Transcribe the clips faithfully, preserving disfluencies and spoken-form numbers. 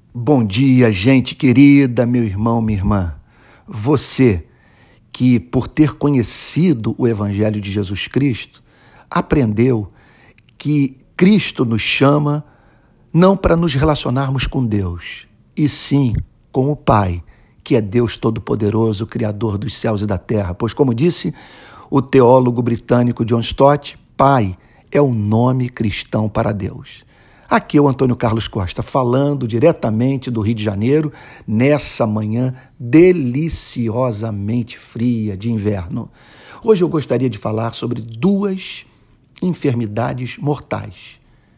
Bom dia, gente querida, meu irmão, minha irmã. Você que, por ter conhecido o Evangelho de Jesus Cristo, aprendeu que Cristo nos chama não para nos relacionarmos com Deus, e sim com o Pai, que é Deus Todo-Poderoso, Criador dos céus e da terra. Pois, como disse o teólogo britânico John Stott, Pai é o nome cristão para Deus. Aqui é o Antônio Carlos Costa, falando diretamente do Rio de Janeiro, nessa manhã deliciosamente fria de inverno. Hoje eu gostaria de falar sobre duas enfermidades mortais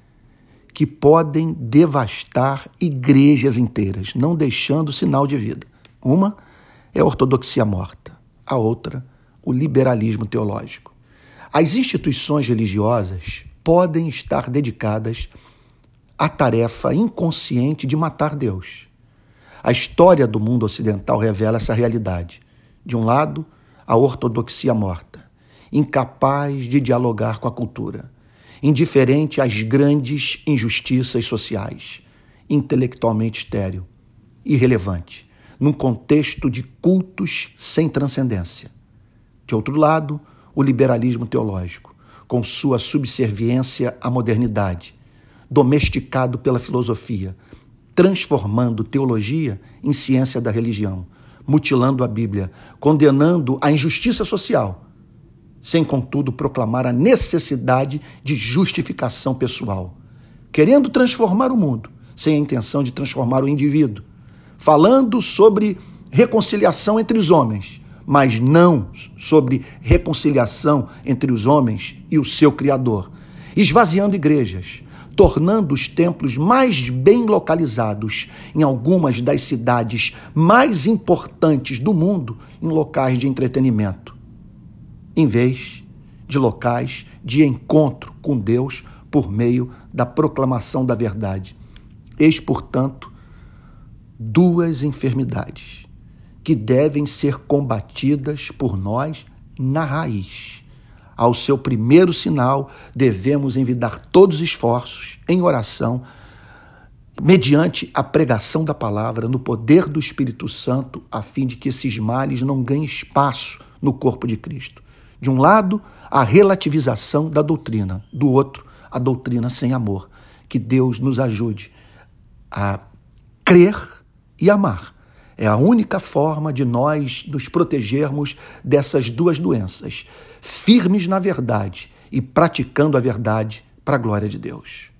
que podem devastar igrejas inteiras, não deixando sinal de vida. Uma é a ortodoxia morta, a outra, o liberalismo teológico. As instituições religiosas podem estar dedicadas a tarefa inconsciente de matar Deus. A história do mundo ocidental revela essa realidade. De um lado, a ortodoxia morta, incapaz de dialogar com a cultura, indiferente às grandes injustiças sociais, intelectualmente estéril, irrelevante, num contexto de cultos sem transcendência. De outro lado, o liberalismo teológico, com sua subserviência à modernidade, domesticado pela filosofia, transformando teologia em ciência da religião, mutilando a Bíblia, condenando a injustiça social, sem, contudo, proclamar a necessidade de justificação pessoal, querendo transformar o mundo, sem a intenção de transformar o indivíduo, falando sobre reconciliação entre os homens, mas não sobre reconciliação entre os homens e o seu Criador, esvaziando igrejas, tornando os templos mais bem localizados em algumas das cidades mais importantes do mundo em locais de entretenimento, em vez de locais de encontro com Deus por meio da proclamação da verdade. Eis, portanto, duas enfermidades que devem ser combatidas por nós na raiz. Ao seu primeiro sinal, devemos envidar todos os esforços em oração, mediante a pregação da palavra, no poder do Espírito Santo, a fim de que esses males não ganhem espaço no corpo de Cristo. De um lado, a relativização da doutrina, do outro, a doutrina sem amor. Que Deus nos ajude a crer e amar. É a única forma de nós nos protegermos dessas duas doenças, firmes na verdade e praticando a verdade para a glória de Deus.